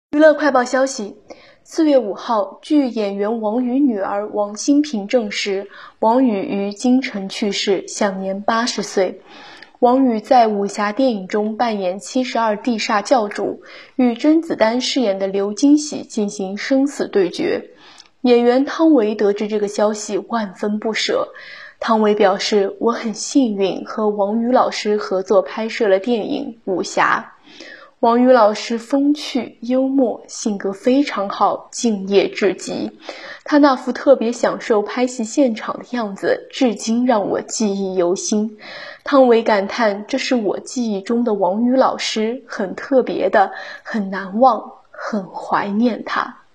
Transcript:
娱乐快报消息，4月5号，据演员王羽女儿王馨平证实，王羽于京城去世，享年80岁。王羽在武侠电影中扮演72地煞教主，与甄子丹饰演的刘金喜进行生死对决。演员汤唯得知这个消息，万分不舍。汤唯表示，我很幸运和王羽老师合作拍摄了电影《武侠》。王羽老师风趣幽默，性格非常好，敬业至极。他那副特别享受拍戏现场的样子，至今让我记忆犹新。汤唯感叹，这是我记忆中的王羽老师，很特别的，很难忘，很怀念他。